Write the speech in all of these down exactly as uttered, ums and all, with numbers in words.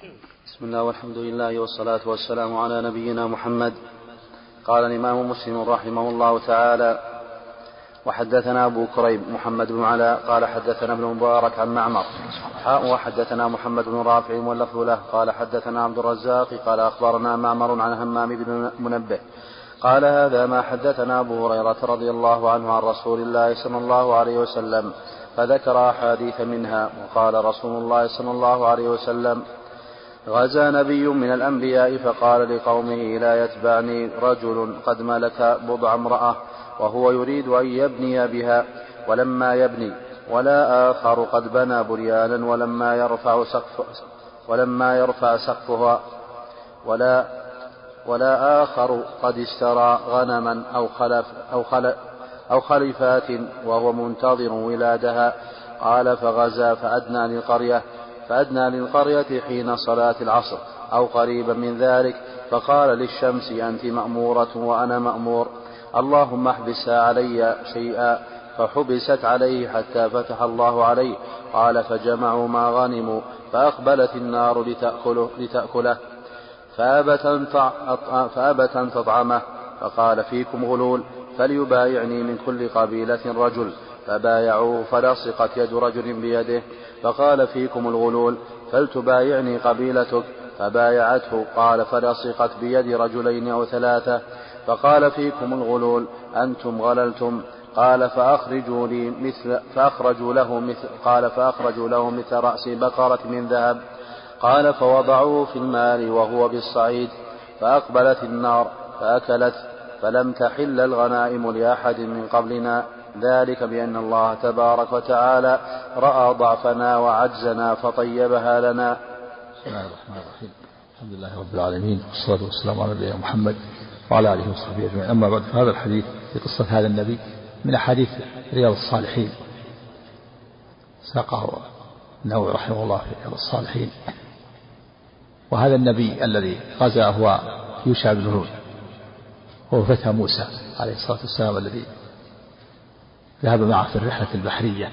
بسم الله والحمد لله والصلاة والسلام على نبينا محمد. قال الإمام مسلم رحمه الله تعالى: وحدثنا أبو كريب محمد بن علاء قال حدثنا ابن مبارك عن معمر وحدثنا محمد بن رافع واللفظ له قال حدثنا عبد الرزاق قال أخبرنا معمر عن همام بن منبه قال: هذا ما حدثنا أبو هريرة رضي الله عنه عن رسول الله صلى الله عليه وسلم، فذكر أحاديث منها. وقال رسول الله صلى الله عليه وسلم: غزا نبي من الأنبياء فقال لقومه: لا يتبعني رجل قد ملك بضع امرأة وهو يريد أن يبني بها ولما يبني، ولا آخر قد بنى بنيانا ولما يرفع سقف ولما يرفع سقفها، ولا ولا آخر قد اشترى غنما أو خلف أو خلف أو خليفات وهو منتظر ولادها. قال: فغزا فأدنى للقرية فأدنى للقرية حين صلاة العصر أو قريبا من ذلك، فقال للشمس: أنت مأمورة وأنا مأمور، اللهم احبسها علي شيئا، فحبست عليه حتى فتح الله عليه. قال: فجمعوا ما غنموا فأقبلت النار لتأكله, لتأكله فأبت أن تطعمه، فقال: فيكم غلول، فليبايعني من كل قبيلة رجل، فبايعوه فلصقت يد رجل بيده، فقال: فيكم الغلول، فلتبايعني قبيلتك، فبايعته، قال: فلصقت بيد رجلين أو ثلاثة، فقال: فيكم الغلول، أنتم غللتم، قال: فأخرجوا لي مثل فأخرجوا له مثل قال فأخرجوا له مثل رأس بقرة من ذهب، قال: فوضعوه في المال وهو بالصعيد، فأقبلت النار فأكلت، فلم تحل الغنائم لأحد من قبلنا، ذلك بأن الله تبارك وتعالى رأى ضعفنا وعجزنا فطيبها لنا. بسم الله الرحمن الرحيم. الحمد لله رب العالمين، والصلاة والسلام على نبينا محمد وعلى آله وصحبه أجمعين. أما بعد، فهذا الحديث في قصة هذا النبي من أحاديث رياض الصالحين، ساقه النووي رحمه الله في رياض الصالحين. وهذا النبي الذي غزا هو يوشع بن نون، هو فتى موسى عليه الصلاة والسلام الذي ذهب معه في الرحلة البحرية.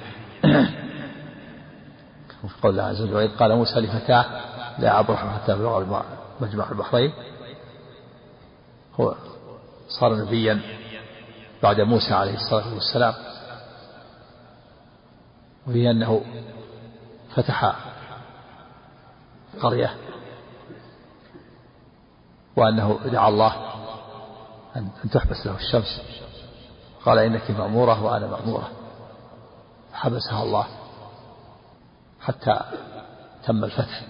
وفي قول الله عز وجل: وإذ قال موسى لفتاه لا أبرح حتى أبلغ مجمع البحرين. هو صار نبيا بعد موسى عليه الصلاة والسلام، وهي أنه فتح قرية، وأنه دعا الله أن تحبس له الشمس، قال: إنك مأمورة وأنا مأمورة، حبسها الله حتى تم الفتح.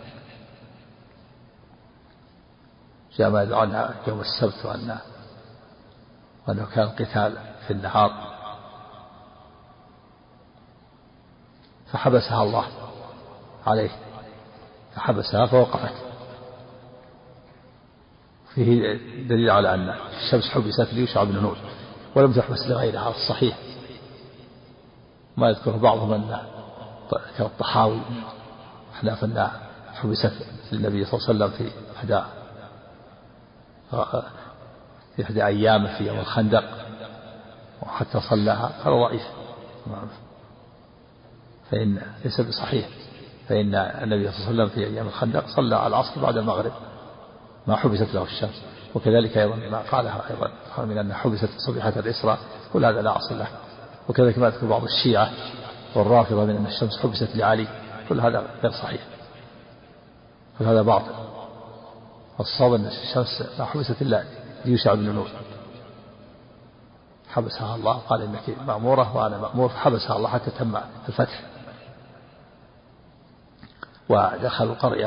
جاء ما يدعو عنها يوم السبت، وأنه, وأنه كان قتال في النهار، فحبسها الله عليه، فحبسها فوقفت. فيه دليل على أن الشمس حبست ليوشع بن نون ولم تحبس لغيرها على الصحيح. ما يذكر بعضهم أن كالطحاوي أحناف أنها حبست للنبي صلى الله عليه وسلم في إحدى في إحدى أيامه في يوم الخندق وحتى صلاها، هذا ضعيف، فإن ليس بصحيح، فإن النبي صلى الله عليه وسلم في أيام الخندق صلى على العصر بعد المغرب، ما حبست له الشمس. وكذلك أيضا ما قالها أيضا قال من أن حبست صبيحة الإسراء، كل هذا لا أصل له. وكذلك ما يذكر بعض الشيعة والرافضة من أن الشمس حبست لعلي، كل هذا غير صحيح، كل هذا باطل. والصواب أن الشمس ما حبست إلا ليوشع بن نون، حبسها الله، قال: إنك مأمورة وأنا مأمور، فحبسها الله حتى تم الفتح ودخلوا القرية.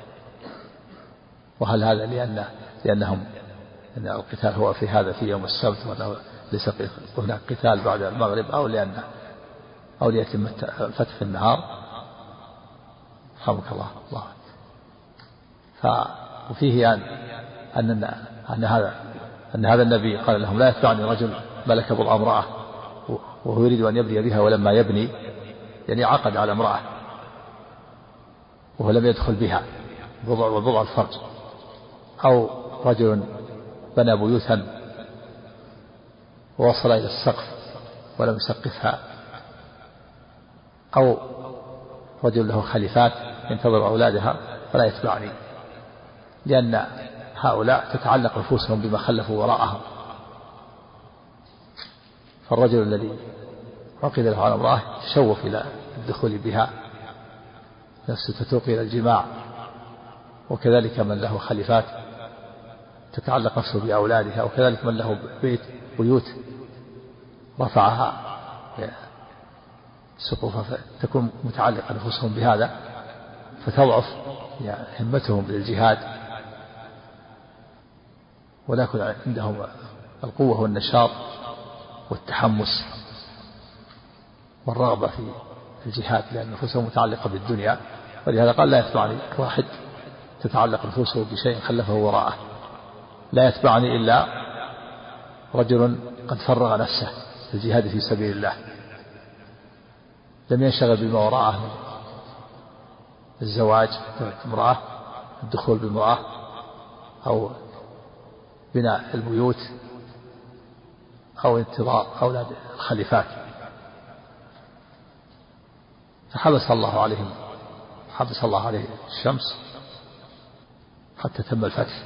وهل هذا لأن لأنهم أن القتال هو في هذا في يوم السبت، وأنه ليس هناك قتال بعد المغرب، أو لأن أو ليتم الفتح في النهار؟ رحمك الله. الله. وفيه أن أن أن هذا أن هذا النبي قال لهم: لا يتبعني رجل ملك بضع امرأة وهو يريد أن يبني بها ولما يبني، يعني عقد على امرأة وهو لم يدخل بها، بضع وبضع الفرج، أو رجل بنى بيوتا ووصل إلى السقف ولم يسقفها، أو رجل له خليفات ينتظر أولادها فلا يتبعني، لأن هؤلاء تتعلق نفوسهم بما خلفوا وراءهم. فالرجل الذي عقد له على امرأة تشوف إلى الدخول بها، نفسه تتوق إلى الجماع. وكذلك من له خليفات تتعلق نفسه بأولادها، وكذلك من له بيت بيوت رفعها سقوفها فتكون متعلقة نفوسهم بهذا، فتضعف همتهم للجهاد، ولا يكون عندهم القوة والنشاط والتحمس والرغبة في الجهاد، لأن نفوسهم متعلقة بالدنيا. ولهذا قال لا يتبعني واحد تتعلق نفوسه بشيء خلفه وراءه، لا يتبعني إلا رجل قد فرغ نفسه في الجهاد في سبيل الله، لم ينشغل بما وراءه من الزواج امرأة، الدخول بامرأة، أو بناء البيوت، أو انتظار أولاد الخليفات. فحبس الله عليهم حبس الله عليه الشمس حتى تم الفتح،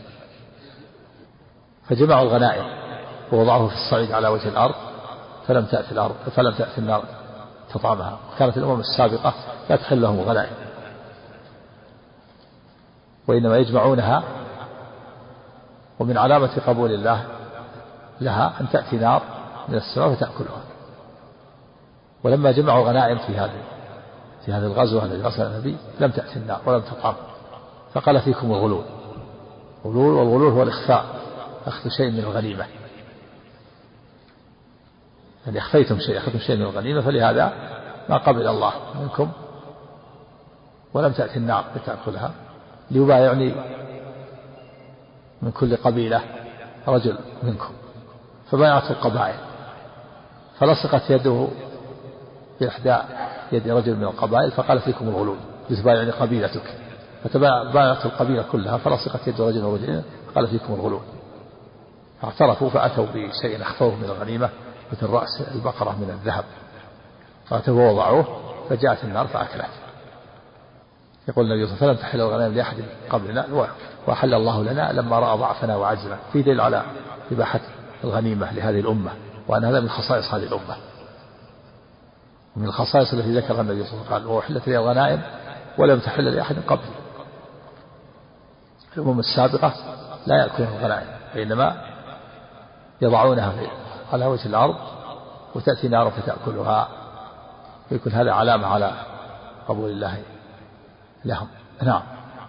فجمعوا الغنائم ووضعوه في الصعيد على وجه الأرض، فلم تأتي الأرض فلم تأتي النار تطعمها. كانت الأمم السابقة لا تحل لهم غنائم، وإنما يجمعونها، ومن علامة قبول الله لها أن تأتي نار من السماء فتأكلها. ولما جمعوا غنائم في هذه في هذه الغزوة التي غزاها النبي لم تأتي النار ولم تطعم، فقال فيكم الغلول. الغلول والغلول هو الإخفاء، أخذ شيء من الغنيمة، يعني أخفيتم شيء أخذتم شيء من الغنيمة، فلهذا ما قبل الله منكم ولم تأتي النار لتأكلها. ليبايعني من كل قبيلة رجل منكم، فبايعته القبائل، فلصقت يده بإحدى يد رجل من القبائل فقال فيكم الغلول، تبايعني قبيلتك، فتبايعت القبيلة كلها فلصقت يد رجل ورجل قال فيكم الغلول. فاعترفوا فأتوا بشيء أخفوه من الغنيمة مثل رأس البقرة من الذهب، فأتوا ووضعوه فجاءت النار فأكلت. يقول النبي صلى الله عليه وسلم تحل الغنائم لأحد قبلنا وأحل الله لنا لما رأى ضعفنا وعجزنا، في دليل على إباحة الغنيمة لهذه الأمة، وأن هذا من خصائص هذه الأمة، ومن الخصائص التي ذكرها النبي صلى الله عليه وسلم وأحلت لي الغنائم ولم تحل لأحد قبل. الأمم السابقة لا يأكلون الغنائم، وإنما يضعونها على وجه الأرض وتأتي نار فتأكلها، ويكون هذا علامة على قبول الله لهم. نعم.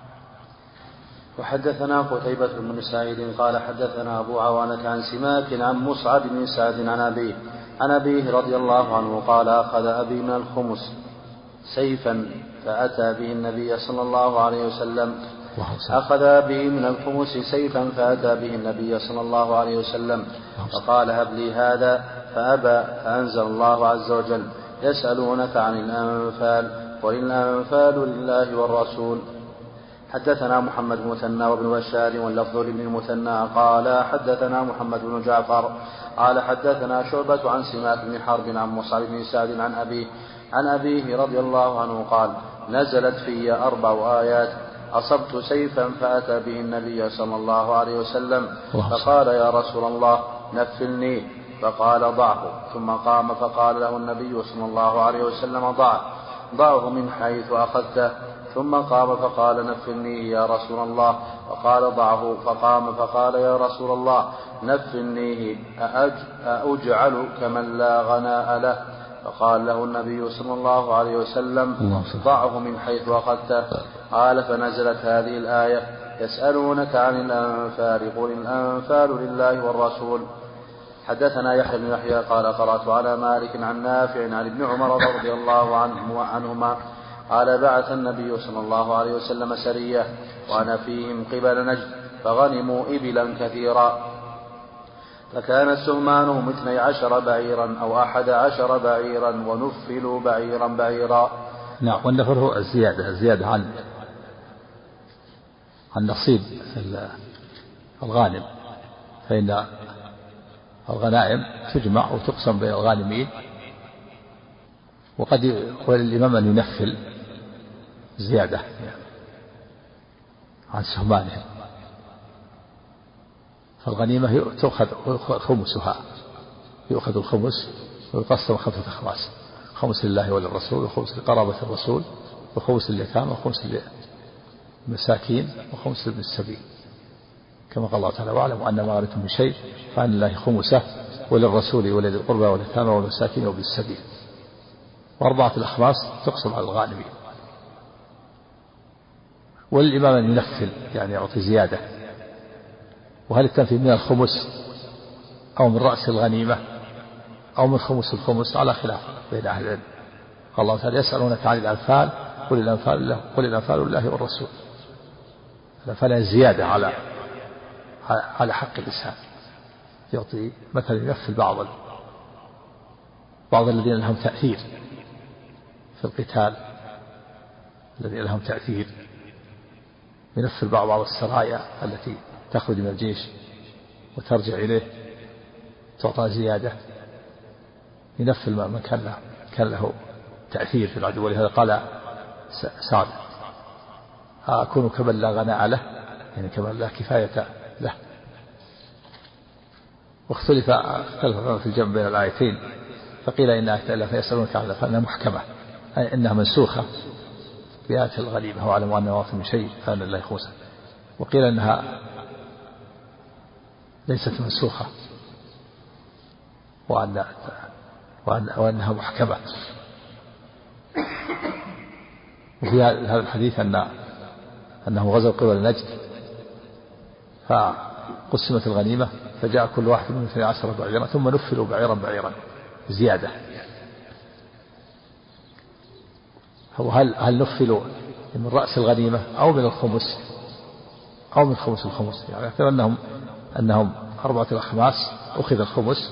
وحدثنا قتيبة بن سعيد قال حدثنا أبو عوانة عن سماك عن مصعب بن سعد عن أبيه عن أبيه رضي الله عنه قال أخذ أبي من الخمس سيفا فأتى به النبي صلى الله عليه وسلم أخذ به من الخمس سيفا فأتى به النبي صلى الله عليه وسلم فقال هب لي هذا فأبى، فأنزل الله عز وجل يسألونك عن الأنفال قل الأنفال لله والرسول. حدثنا محمد بن مثنى وابن بشار واللفظ لابن المثنى قال حدثنا محمد بن جعفر قال حدثنا شعبة عن سماك بن حرب عن مصعب بن سعد عن أبيه عن أبيه رضي الله عنه قال نزلت في أربع آيات أصبت سيفا فأتى به النبي صلى الله عليه وسلم فقال يا رسول الله نفلني، فقال ضعه، ثم قام فقال له النبي صلى الله عليه وسلم ضعه ضعه من حيث أخذته، ثم قام فقال نفلني يا رسول الله، فقال ضعه، فقام فقال يا رسول الله نفلنيه أأجعل كمن لا غناء له، فقال له النبي صلى الله عليه وسلم ضعه من حيث أخذته. قال فنزلت هذه الآية يسألونك عن الأنفال قل الأنفال لله والرسول. حدثنا يحيى بن يحيى قال قرأت على مالك عن نافع عن ابن عمر رضي الله عنه عنهما قال بعث النبي صلى الله عليه وسلم سرية وأنا فيهم قبل نجد فغنموا إبلا كثيرا، فكانت سهمانهم اثني عشر بعيرا أو أحد عشر بعيرا ونفلوا بعيرا بعيرا. نعم. والنفر هو الزيادة الزيادة عن عن نصيب الغانم، فإن الغنائم تجمع وتقسم بين الغانمين، وقد يقول الإمام أن ينفل زيادة عن سهمانهم. فالغنيمة تؤخذ خمسها، يؤخذ الخمس ويقسم خمسة أخماس، خمس لله وللرسول، وخمس لقرابة الرسول، وخمس لليتامى، وخمس للمساكين، وخمس لابن السبيل، كما قال الله تعالى: واعلموا أن ما غنمتم من شيء فأن لله خمسه وللرسول ولذي القربى واليتامى والمساكين وابن السبيل. وأربعة الأخماس تقسم على الغانمين. والإمام أن ينفل، يعني يعطي زيادة. وهل التنفيذ من الخمس أو من رأس الغنيمة أو من خمس الخمس على خلاف بين أهل العلم. قال الله تعالى: يسألونك عن الأنفال قل الأنفال لله قل الأنفال لله والرسول. الأنفال زيادة على على حق الإنسان، يعطي مثلا ينفل بعض بعض الذين لهم تأثير في القتال، الذين لهم تأثير، ينفل بعض بعض السرايا التي تخرج من الجيش وترجع إليه تعطى زيادة، ينفل ما كان له كان له تأثير في العدو. ولهذا قال سعد: أكون كمن لا غناء له، يعني كمن لا كفاية له. واختلف اختلف في الجمع بين الآيتين، فقيل إن آية الله فيسألونك عن فإنها محكمة، أي إنها منسوخة بآية الغنيمة: واعلموا أن ما غنمتم من شيء فأن لله خمسه. وقيل إنها ليست منسوخة، وأن وأنها محكمة. وفي هذا الحديث أن أنه غزا قبل نجد فقسمت الغنيمة فجاء كل واحد من اثني عشر بعيرا ثم نفلوا بعيرا بعيرا زيادة. هل هل نفلوا من رأس الغنيمة أو من الخمس أو من خمس الخمس؟ يعني اعتبر أنهم أنهم أربعة الأخماس أخذ الخمس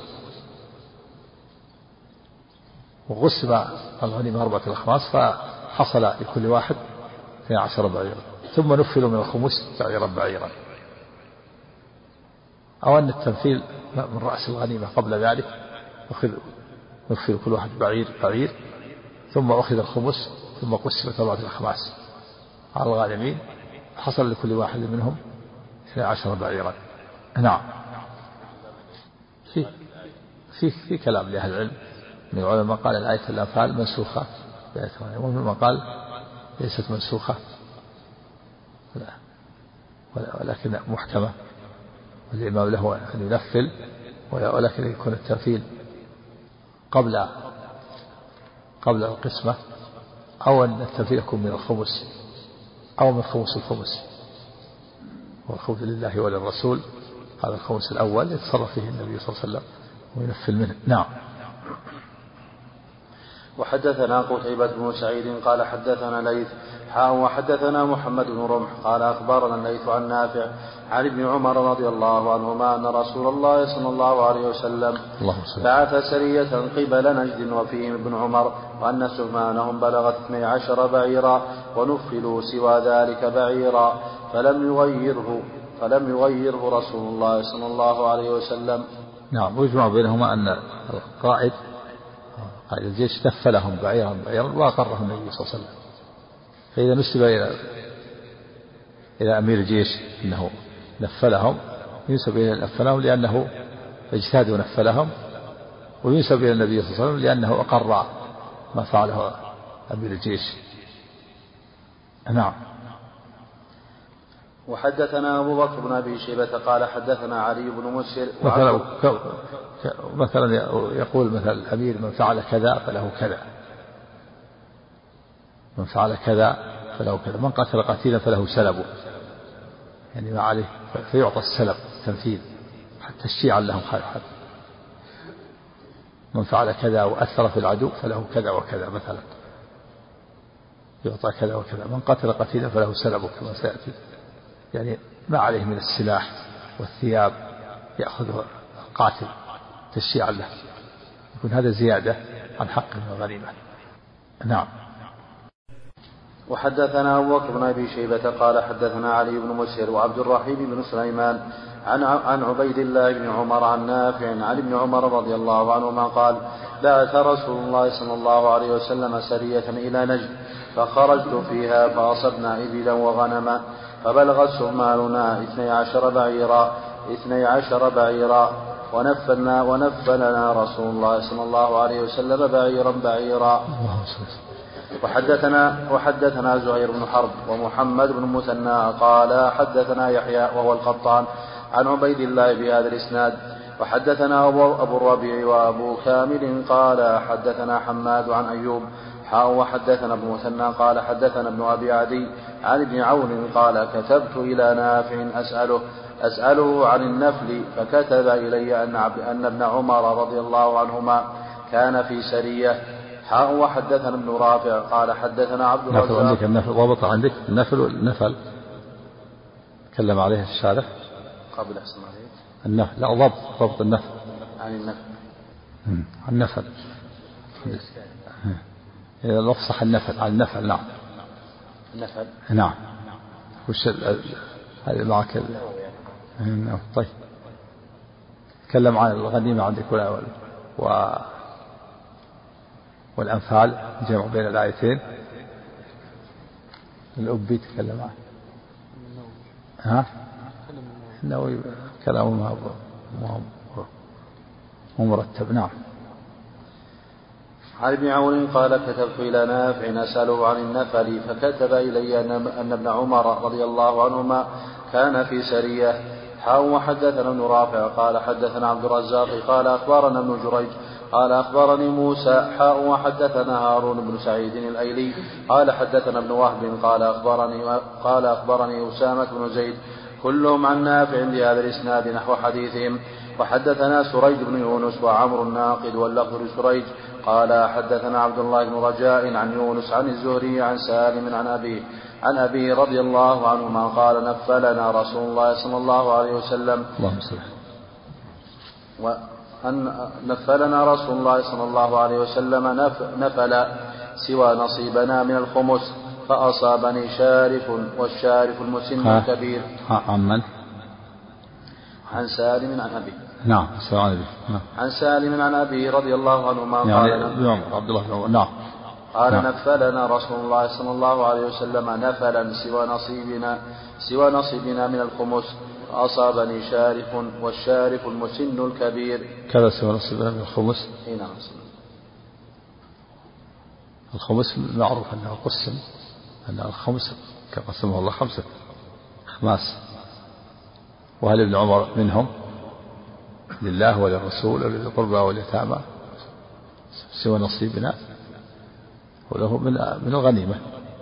وقسم الغنيمة أربعة الأخماس فحصل لكل واحد اثني عشر بعيرا ثم نفلوا من الخمس بعيرا بعيرا. أو أن التنفيل من رأس الغنيمة قبل ذلك أخذ نفل كل واحد بعير بعير ثم أخذ الخمس ثم قسمت أربعة الأخماس على الغانمين حصل لكل واحد منهم اثني عشر بعيرا. نعم. في في في كلام لأهل العلم من العلماء قال الآية الأنفال منسوخة بآية الغنيمة، ومن من قال ليست منسوخة ولكن محكمة، والإمام له أن ينفل، ولكن يكون التنفيل قبل قبل القسمة، أو أن التنفيل يكون من الخمس أو من خمس الخمس، والخمس لله وللرسول. هذا الخمس الأول يتصرف فيه النبي صلى الله عليه وسلم وينفل منه. نعم. وحدثنا قتيبة بن سعيد قال حدثنا ليث حاء وحدثنا محمد بن رمح قال أخبرنا الليث عن نافع عن ابن عمر رضي الله عنهما أن رسول الله صلى الله عليه وسلم بعث سرية قبل نجد وفيهم ابن عمر وأن سهمانهم بلغت اثني عشر بعيرا ونفلوا سوى ذلك بعيرا فلم يغيره فلم يغيره رسول الله صلى الله عليه وسلم. نعم. ويجمع بينهما أن القائد قائد الجيش نفلهم بعيرا بعيرا وأقره النبي صلى الله عليه وسلم. فإذا نسب إلى إلى أمير الجيش أنه نفلهم ينسب إلى نفلهم لأنه اجتهد ونفلهم، وينسب إلى النبي صلى الله عليه وسلم لأنه أقر ما فعله أمير الجيش. نعم. وحدثنا أبو بكر بن أبي شيبة قال حدثنا علي بن مسهر مثلا, مثلا يقول مثلا الأمير من فعل كذا فله كذا، من فعل كذا فله كذا، من قتل قتيلا فله سلبه، يعني ما عليه فيعطى السلب تنفيذ حتى الشيعة لهم حد. من فعل كذا وأثر في العدو فله كذا وكذا مثلا، يعطى كذا وكذا. من قتل قتيلا فله سلبه كما سيأتي، يعني ما عليه من السلاح والثياب يأخذه القاتل تشيعا له، يكون هذا زيادة عن حق من الغنيمة. نعم. وحدثنا أبو بكر بن أبي شيبة قال حدثنا علي بن مسهر وعبد الرحيم بن سليمان عن عن عبيد الله بن عمر عن نافع عن ابن عمر رضي الله عنهما قال بعث رسول الله صلى الله عليه وسلم سرية إلى نجد فخرجت فيها فأصبنا إبلا وغنما فبلغت سمالنا اثني عشر بعيرا اثني عشر بعيرا ونفلنا ونفلنا رسول الله صلى الله عليه وسلم بعيرا بعيرا. وحدثنا وحدثنا زهير بن حرب ومحمد بن مثنى قال حدثنا يحيى وهو القطان عن عبيد الله بهذا الإسناد. وحدثنا أبو الربيع وأبو كامل قال حدثنا حماد عن أيوب حاء وحدثنا ابن مثنى قال حدثنا ابن أبي عدي عن ابن عون قال كتبت إلى نافع أسأله أسأله عن النفل فكتب إلي أن, أن ابن عمر رضي الله عنهما كان في سرية. حاء وحدثنا ابن رافع قال حدثنا عبد الرزاق. عندك النفل ضابط عندك النفل والنفل تكلم عليه الشارح قبل أحسن عليه النفل لا ضبط ضبط النفل عن النفل عن النفل إذا نفصح النفل عن النفل. نعم النفل نعم وش هذه معك طيب تكلم عن الغنيمة عندك و والأنفال جمع بين الآيتين. الأبي تكلم عنه ها النووي كلامه مو مرتب. نعم. عن ابن عون قال كتبت إلى نافع أسأله عن النفل فكتب إلي أن ابن عمر رضي الله عنهما كان في سرية. حاء وحدثنا ابن رافع قال حدثنا عبد الرزاق قال أخبرنا ابن جريج قال أخبرني موسى. حاء وحدثنا هارون بن سعيد الأيلي قال حدثنا ابن وهب قال أخبرني قال أخبرني أسامة بن زيد كلهم عن نافع بهذا الإسناد نحو حديثهم. وحدثنا سريج بن يونس وعمر الناقد واللفظ لسريج قال حدثنا عبد الله بن رجاء عن يونس عن الزهري عن سالم عن أبيه عن أبي رضي الله عنهما قال نفلنا رسول الله صلى الله عليه وسلم وأن نفلنا رسول الله صلى الله عليه وسلم نفل سوى نصيبنا من الخمس فأصابني شارف والشارف المسن الكبير. عن من؟ عن سالم عن أبي. نعم سالم عن سالم عن أبي رضي الله عنهما يعني قال عبد الله بن عمر. نعم قال نعم. نفلنا رسول الله صلى الله عليه وسلم نفلا سوى نصيبنا سوى نصيبنا من الخمس أصابني شارف والشارف المسن الكبير. كذا سوى نصيبنا من الخمس. إيه نعم. الخمس معروف أنه قسم أن الخمس كقسمه الله خمسة خماس. وهل ابن عمر منهم لله وللرسول ولذي القربى واليتامى سوى نصيبنا وله من من الغنيمة.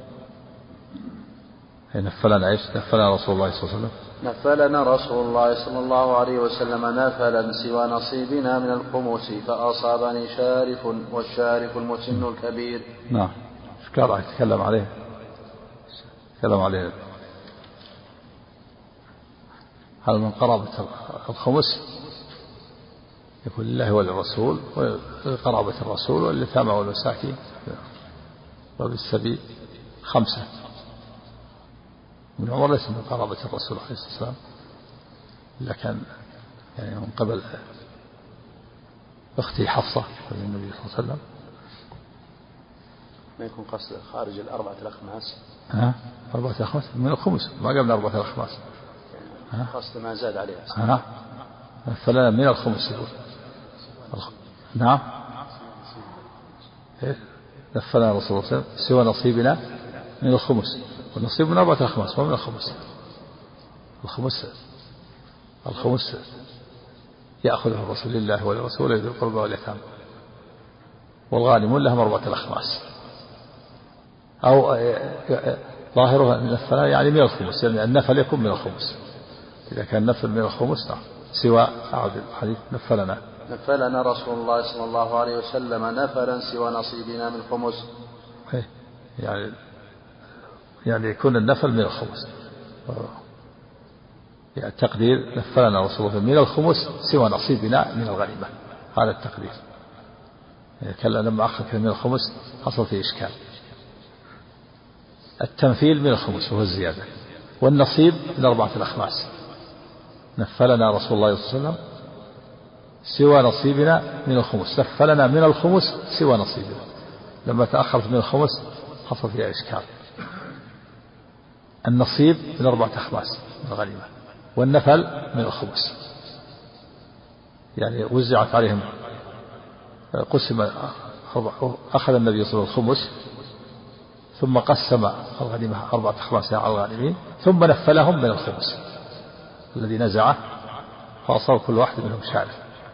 نفلنا ايش؟ نفلنا رسول الله صلى الله عليه وسلم نفلنا رسول الله صلى الله عليه وسلم نفلا سوى نصيبنا من الخمس فأصابني شارف والشارف المسن الكبير. نعم. ايش قال يتكلم عليه؟ تكلم عليه هل من قرابة الخمس يكون لله وللرسول وقرابة الرسول واليتامى والمساكين وبالسبيل خمسة. ابن عمر ليس من قرابة الرسول عليه الصلاة والسلام لكن يعني من قبل أختي حفصة النبي صلى الله عليه وسلم. ما يكون قصد خارج الأربعة الأخماس. ها أربعة الأخماس من الخمس ما قبل أربعة الأخماس. ها قصد ما زاد عليها. ها فلنا من الخمس يقول. نعم. إيه؟ نفلنا رسول الله صلى الله عليه وسلم سوى نصيبنا من الخمس والنصيب من أربعة الأخماس ومن الخمس. الخمس الخمس يأخذه الرسول لله ولرسوله ذي القربى واليتامى والغانمون لهم أربعة الأخماس أو ظاهرها من النفل يعني من الخمس يعني النفل يكون من الخمس. إذا كان نفل من الخمس نعم سوى أعد الحديث نفلنا نفلنا رسول الله صلى الله عليه وسلم نفلا سوى نصيبنا من الخمس. يعني يعني يكون النفل من الخمس يعني التقدير نفلنا رسول الله من الخمس سوى نصيبنا من الغنيمة. هذا التقدير. كلا لما أخذ من الخمس حصل فيه إشكال. التنفيل من الخمس وهو الزيادة والنصيب من أربعة الأخماس. نفلنا رسول الله صلى الله عليه وسلم سوى نصيبنا من الخمس. نفلنا من الخمس سوى نصيبنا. لما تأخرت من الخمس حصل فيها إشكال. النصيب من أربعة أخماس من الغنيمة، والنفل من الخمس، يعني وزعت عليهم قسم أخذ النبي صلى الله عليه وسلم الخمس ثم قسم الغنيمة أربعة أخماس على الغانمين ثم نفلهم من الخمس الذي نزعه فأصاب كل واحد منهم شارف.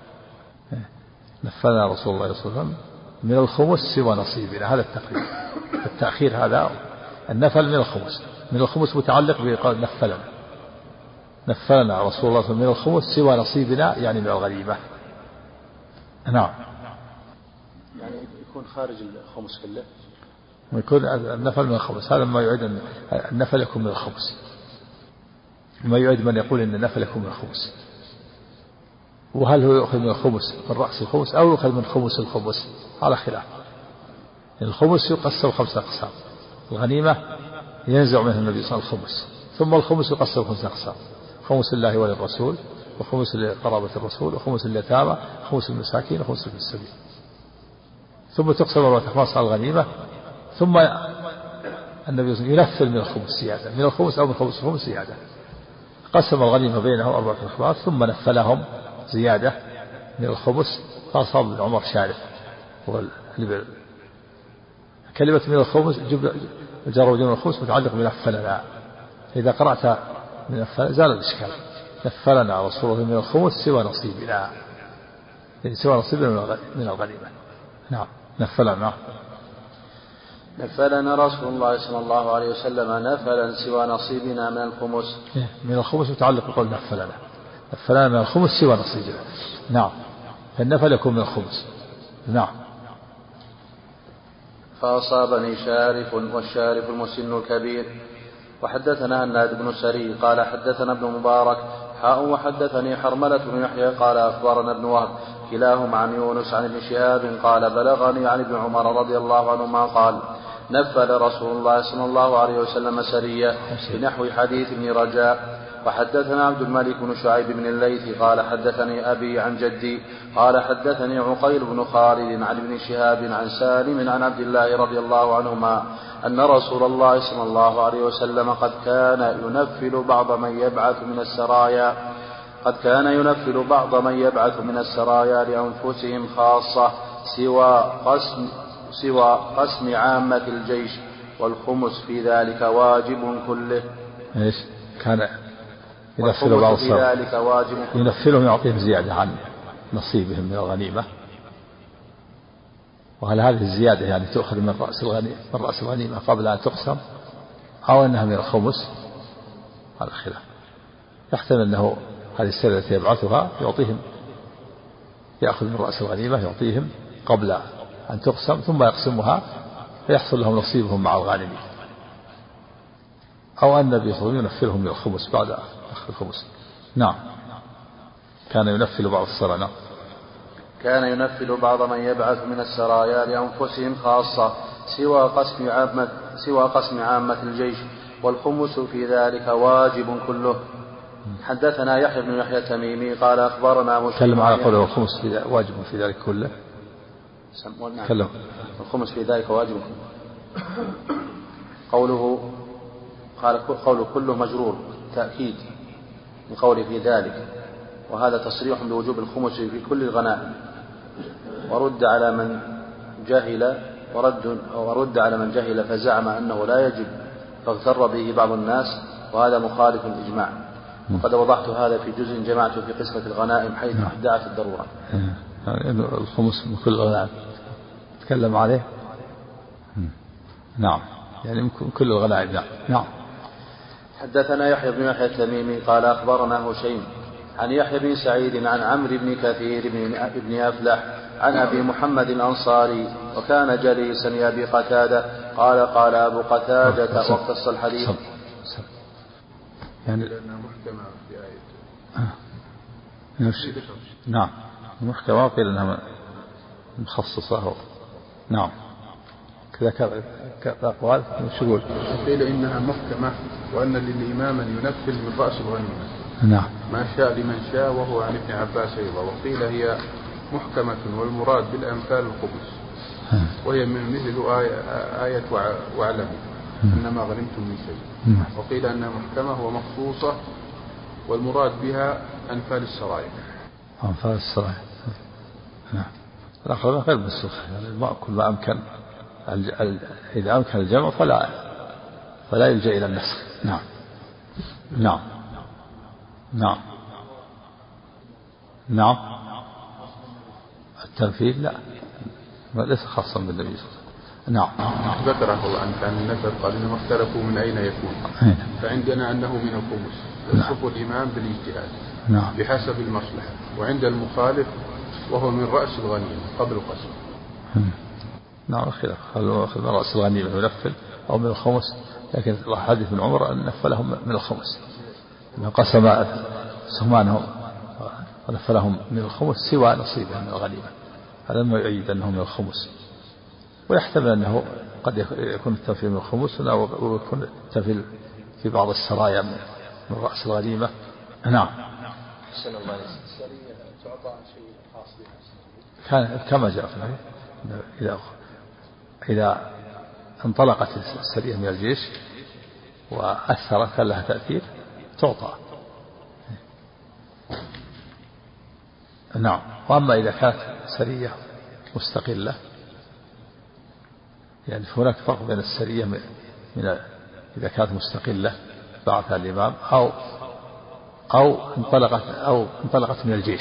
نفلنا رسول الله صلى الله عليه وسلم من الخمس سوى نصيبنا، هذا التقرير. التأخير هذا النفل من الخمس، من الخمس متعلق بقول نفلنا نفلنا رسول الله صلى الله عليه وسلم من الخمس سوى نصيبنا، يعني من الغنيمة. نعم. يعني يكون خارج الخمس كله، ويكون النفل من الخمس، هذا ما يعيد أن النفل يكون من الخمس، ما يعيد من يقول أن النفل يكون من الخمس. وهل هو يؤخذ من الخمس من رأس الخمس أو يؤخذ من خمس الخمس على خلاف. الخمس يقسم خمسة أقسام، الغنيمة ينزع منها النبي صلى الله عليه وسلم الخمس، ثم الخمس يقسم خمسة أقسام: خمس لله وللرسول، وخمس لقرابة الرسول، وخمس لليتامى، وخمس للمساكين، وخمس للسبيل. ثم تقسم أربعة أخماس على الغنيمة، ثم النبي صلى الله عليه وسلم ينفل من الخمس زيادة، من الخمس أو من خمس الخمس زيادة. قسم الغنيمة بينهم أربعة أخماس ثم نفلهم زيادة من الخمس، فأصاب ابن عمر شارف. كلمة من الخمس جر وجر من الخمس متعلق بنفلنا، إذا قرأت من نفل زال الإشكال. نفلنا رسول الله من الخمس سوى نصيبنا، يعني سوى نصيبنا من الغنيمة. نعم. نفلنا نفلنا رسول الله صلى الله عليه وسلم نفلا سوى نصيبنا من الخمس. من الخمس متعلق بقول نفلنا، نفلنا من الخمس سوى نصيبنا. نعم. فالنفل يكون من الخمس. نعم. فأصابني شارف، والشارف المسن الكبير. وحدثنا هناد بن سري قال حدثنا ابن مبارك حاء وحدثني حرملة بن يحيى قال أخبرنا ابن وهب كلاهما عن يونس عن ابن شهاب قال بلغني عن ابن عمر رضي الله عنهما قال نفل رسول الله صلى الله عليه وسلم سرية بنحو حديث ابن رجاء. وحدثنا عبد الملك بن شعيب بن الليث قال حدثني أبي عن جدي قال حدثني عقيل بن خالد عن ابن شهاب عن سالم عن عبد الله رضي الله عنهما أن رسول الله صلى الله عليه وسلم قد كان ينفل بعض من يبعث من السرايا قد كان ينفل بعض من يبعث من السرايا لأنفسهم خاصة سوى قسم سوى قسم عامة الجيش، والخمس في ذلك واجب كله. إيش كان ينفل بعض السرايا ينفلهم يعطيهم زيادة عن نصيبهم من الغنيمة. وهل هذه الزيادة يعني تؤخذ من رأس الغنيمة من رأس الغنيمة قبل أن تقسم أو أنها من الخمس؟ على خلاف. يحتمل أنه هذه السنة التي يبعثها يعطيهم يأخذ من رأس الغنيمة يعطيهم قبل أن تقسم ثم يقسمها فيحصل لهم نصيبهم مع الغانمين، أو أن النبي صلى الله عليه وسلم ينفلهم من الخمس بعد أخذ الخمس. نعم. كان ينفل بعض السرايا كان ينفل بعض من يبعث من السرايا لأنفسهم خاصة سوى قسم عامة سوى قسم عامة الجيش، والخمس في ذلك واجب كله. حدثنا يحيى بن يحيى التميمي قال أخبرنا مسلم. تكلم على قوله الخمس في واجب في ذلك كله. تكلم الخمس في ذلك واجب قوله قال قوله كله مجرور تأكيد من قوله في ذلك، وهذا تصريح بوجوب الخمس في كل الغنائم. ورد على من جهل ورد ورد على من جهل فزعم أنه لا يجب فاغتر به بعض الناس، وهذا مخالف الإجماع. وقد وضحت هذا في جزء جمعته في قسمة الغنائم حيث ادعت الضرورة. الخمس من كل الغنائم تكلم عليه. نعم. يعني من كل الغنائم. نعم. نعم. حدثنا يحيى بن يحيى التميمي قال أخبرنا هشيم عن يحيى بن سعيد عن عمرو بن كثير بن أفلح عن أبي محمد الأنصاري وكان جليسا لأبي قتادة قال قال أبو قتادة واقتص الحديث. يعني نعم محكمة قيل أنها مخصصة. نعم كذا كذا أقوال شغول. قيل إنها محكمة وأن للإمام أن ينفل من رأس الغنيمة نعم ما شاء لمن شاء، وهو عن ابن عباس أيضا. وقيل هي محكمة والمراد بالأمثال الخمس، وهي من مثل آية, آية واعلم إنما غنمتم من شيء. وقيل أنها محكمة ومخصوصة والمراد بها أنفال السرايا. أنفال السرايا نعم. الآخر غير منسوخ يعني كل ما أمكن إذا أمكن الجمع فلا فلا يلجأ إلى النسخ. نعم نعم نعم نعم. التنفيذ لا ليس خاصا بالنبي صلى الله عليه وسلم. نعم. ذكره الله عنه عن النسب قال إنهم اختلفوا من أين يكون. فعندنا أنه من الخمس يصف الإمام بالاجتهاد نعم. بحسب المصلحة، وعند المخالف وهو من رأس الغنيمة قبل القسم. نعم خلاف هل من رأس الغنيمة ينفل أو من الخمس، لكن حديث ابن عمر أن نفلهم من الخمس أنه قسم سهمانهم ونفلهم من الخمس سوى نصيبهم من الغنيمة. هذا ما يؤيد أنهم من الخمس، ويحتمل أنه قد يكون التنفيذ من الخمس ويكون التنفيذ في بعض السرايا من رأس الغنيمة. نعم. كان كما جاء في الحديث إذا إذا انطلقت السرية من الجيش وأثرت كان لها تأثير تعطى. نعم. وأما إذا كانت سرية مستقلة يعني هناك فرق بين السرية من إذا كانت مستقلة بعثها الإمام أو أو انطلقت أو انطلقت من الجيش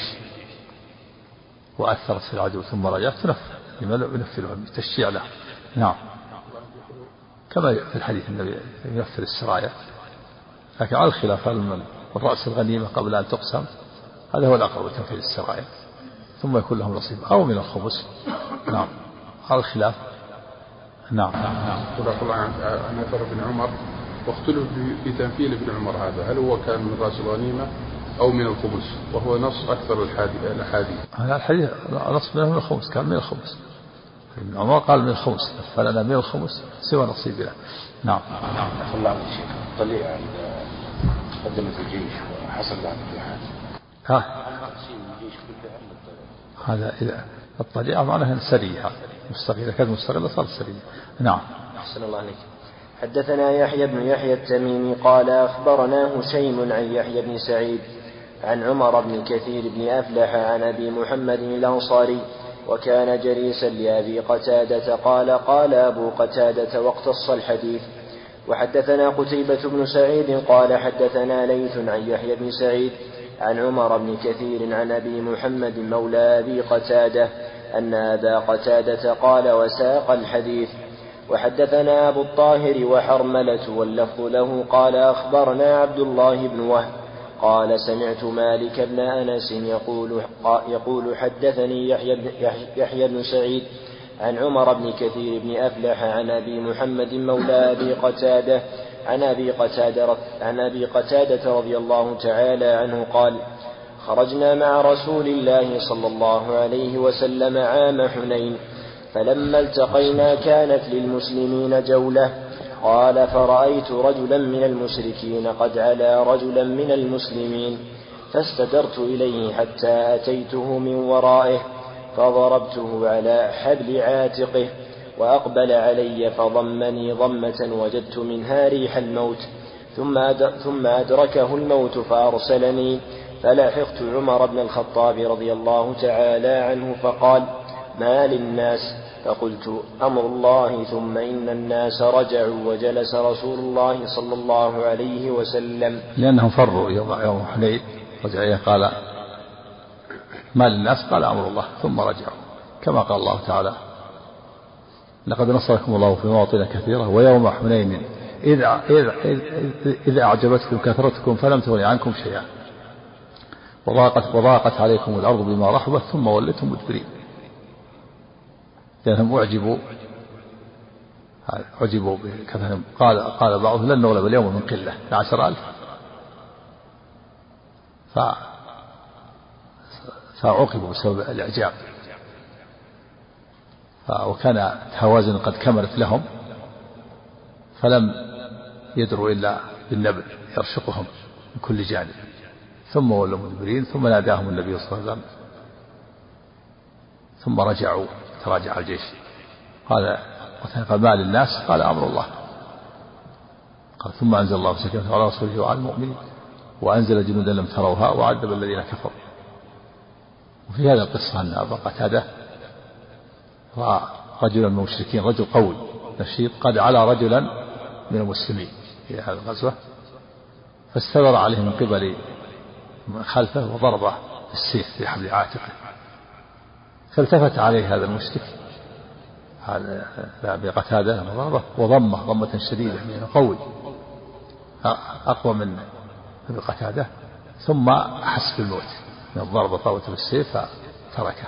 وأثرت في العدو ثم رجعت تنفذ لما ينفذهم تشجيع له. نعم. كما في الحديث النبي ينفذ السرايا، لكن على الخلاف من رأس الغنيمة قبل أن تقسم هذا هو الأقرب تنفيذ السرايا ثم يكون لهم نصيب أو من الخمس. نعم على الخلاف. نعم نعم. صدق الله عن أثر ابن عمر واختلف في تنفيذ ابن عمر هذا هل هو كان من رأس الغنيمة أو من الخمس، وهو نص أكثر الأحاديث. هذا الحديث نص منه من الخمس كان من الخمس. ابن عمر قال من الخمس فلنا من الخمس سوى نصيبنا. نعم. نعم. الله عنك شيخ طليع عند قدمت الجيش وحصل بعد الجهاد. ها. هذا إذا الطليعة معناها سرية مستقلة كانت مستقلة صارت سرية. نعم. أحسن الله عليك. حدثنا يحيى بن يحيى التميمي قال أخبرنا هشيم عن يحيى بن سعيد عن عمر بن كثير بن أفلح عن أبي محمد الأنصاري وكان جليسا لأبي قتادة قال قال أبو قتادة واقتص الحديث. وحدثنا قتيبة بن سعيد قال حدثنا ليث عن يحيى بن سعيد عن عمر بن كثير عن أبي محمد مولى أبي قتادة أن أبا قتادة قال وساق الحديث. وحدثنا أبو الطاهر وحرملة واللفظ له قال أخبرنا عبد الله بن وهب قال سمعت مالك بن أنس يقول, يقول حدثني يحيى بن, يحيى بن سعيد عن عمر بن كثير بن أفلح عن أبي محمد مولى أبي قتادة عن أبي قتادة, عن أبي قتادة رضي الله تعالى عنه قال خرجنا مع رسول الله صلى الله عليه وسلم عام حنين فلما التقينا كانت للمسلمين جولة قال فرأيت رجلا من المشركين قد علا رجلا من المسلمين فاستدرت إليه حتى أتيته من ورائه فضربته على حبل عاتقه وأقبل علي فضمني ضمة وجدت منها ريح الموت ثم أدركه الموت فأرسلني فلاحقت عمر بن الخطاب رضي الله تعالى عنه فقال ما للناس فقلت أمر الله ثم إن الناس رجعوا وجلس رسول الله صلى الله عليه وسلم لأنهم فروا يوم حنين رجع قال ما للناس قال أمر الله ثم رجعوا كما قال الله تعالى لقد نصركم الله في مواطن كثيرة ويوم حنين إذ, إذ, إذ, إذ أعجبتكم كثرتكم فلم تغن عنكم شيئا وضاقت, وضاقت عليكم الأرض بما رحبت ثم وليتم مدبرين لأنهم أعجبوا أعجبوا بكثرهم قال, قال بعضهم لن نغلب اليوم من قلة لعشر ألف ف فعوقبوا بسبب الإعجاب وكان هوازن قد كملت لهم فلم يدروا إلا بالنبل يرشقهم من كل جانب ثم ولوا مدبرين ثم ناداهم النبي صلى الله عليه وسلم ثم رجعوا تراجع الجيش قال قال ما للناس قال أمر الله قال ثم أنزل الله سكينته على رسوله وعلى المؤمنين وأنزل جنودا لم تروها وعذب الذين كفروا. وفي هذا القصة أن أبا قتادة رأى رجلا من المشركين رجل قوي نشيط قد على رجلا من المسلمين في هذه الغزوة فاستبر عليه من قبل من خلفه وضربه بالسيف في حبل عاتقه فالتفت عليه هذا المشرك هذا أبي قتادة ضربه وضمه ضمة شديدة من قوي أقوى من أبي قتادة ثم أحس بالموت من الضربة طاوته بالسيف فتركه.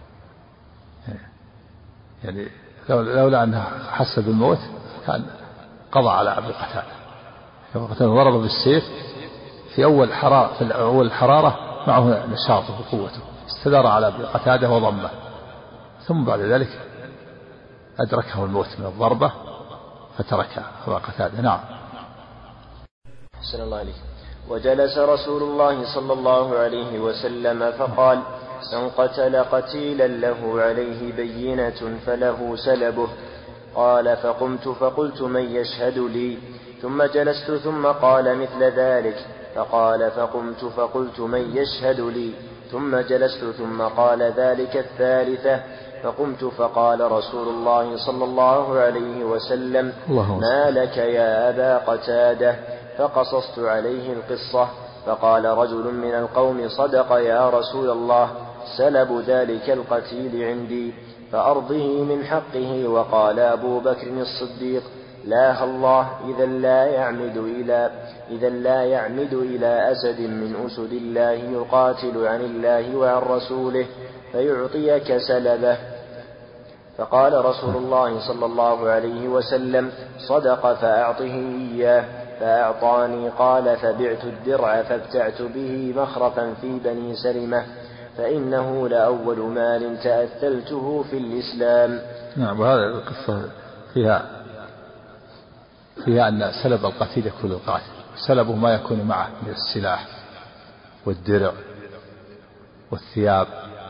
يعني لولا أنه حس بالموت كان قضى على أبي قتادة. أبي قتادة ضربه بالسيف في أول حرارة في أول الحرارة معه نشاطه وقوته استدار على أبي قتادة وضمه ثم بعد ذلك أدركه الموت من الضربة فترك أبا قتادة. نعم. أحسن الله عليك. وجلس رسول الله صلى الله عليه وسلم فقال من قتل قتيلا له عليه بينة فله سلبه. قال فقمت فقلت من يشهد لي ثم جلست ثم قال مثل ذلك فقال فقمت فقلت من يشهد لي ثم جلست ثم قال ذلك الثالثة فقمت فقال رسول الله صلى الله عليه وسلم ما لك يا أبا قتادة فقصصت عليه القصة فقال رجل من القوم صدق يا رسول الله سلب ذلك القتيل عندي فأرضه من حقه. وقال أبو بكر الصديق لا الله إذا لا يعمد إلى إذا لا يعمد إلى أسد من أسد الله يقاتل عن الله وعن رسوله فيعطيك سلبه. فقال رسول الله صلى الله عليه وسلم صدق فأعطه إياه فأعطاني. قال فبعت الدرع فابتعت به مخرفا في بني سلمة فإنه لأول مال تأثلته في الإسلام. نعم. وهذا القصة فيها فيها أن سلب القتيل يكون القاتل سلبه ما يكون معه من السلاح والدرع والثياب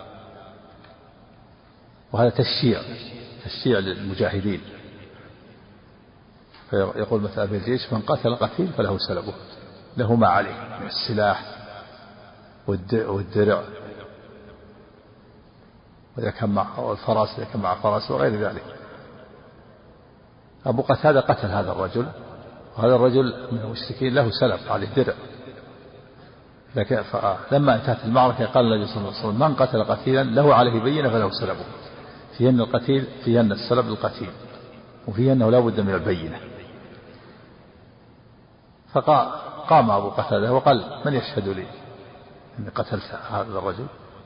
وهذا تشجيع تشجيع للمجاهدين. فيقول مثلا في الجيش من قتل قتيل فله سلبه له ما عليه من السلاح والدرع وإذا كان مع الفرس إذا كان مع فرس وغير ذلك. أبو قتادة قتل هذا الرجل وهذا الرجل من المشركين له سلب عليه درع. لكن لما انتهت المعركة قال النبي صلى الله عليه وسلم من قتل قتيلا له عليه بينة فله سلبه فيهن القتيل فيهن السلب القتيل وفيه أنه لا بد من البينة. فقام أبو قتادة وقال من يشهد لي أني قتلت هذا الرجل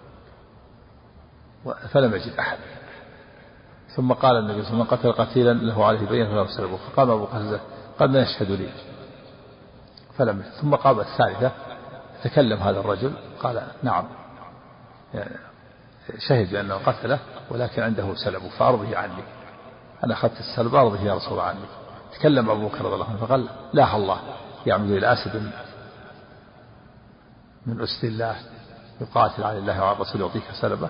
فلم يجد أحد. ثم قال النبي صلى الله عليه وسلم من قتل قتيلا له عليه بينة فله سلبه. فقام أبو قتادة قال من يشهد لي فلم يجد. ثم قام الثالثة تكلم هذا الرجل قال نعم يعني شهد بأنه قتله ولكن عنده سلبه فأرضه عني أنا أخذت السلب أرضه يا رسول الله عني. تكلم أبو بكر رضي الله عنه فقال لا الله يعمد إلى أسد من أسد الله يقاتل عن الله وعن رسوله يعطيك سلبه.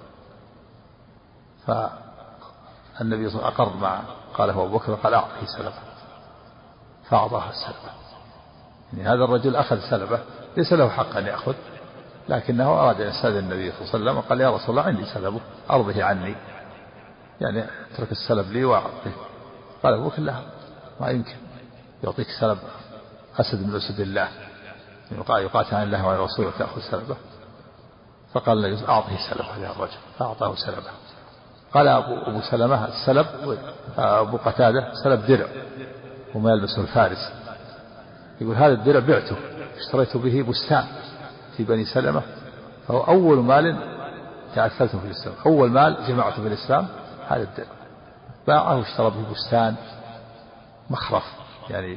فالنبي صلى الله عليه وسلم أقر مع قاله أبو بكر قال أعطيه سلبه فأعطاه السلبه. يعني هذا الرجل أخذ سلبه ليس له حق أن يأخذ لكنه أراد أن يستأذن النبي صلى الله عليه وسلم وقال يا رسول الله عندي سلبه أرضه عني يعني اترك السلب لي وأعطيه. قال أبو بكر لا ما يمكن يعطيك سلب أسد من أسد الله يقاتل عن الله وعن رسوله وتأخذ سلبه. فقال النبي أعطيه سلبه يا الرجل فأعطاه سلبه. قال أبو, أبو سلمة السلب أبو قتادة سلب درع وما يلبسه الفارس. يقول هذا الدرع بعته اشتريت به بستان في بني سلمة فهو أول مال تأثلته في الإسلام أول مال جمعته في الإسلام هذا الدرع باعه واشترى به بستان مخرف يعني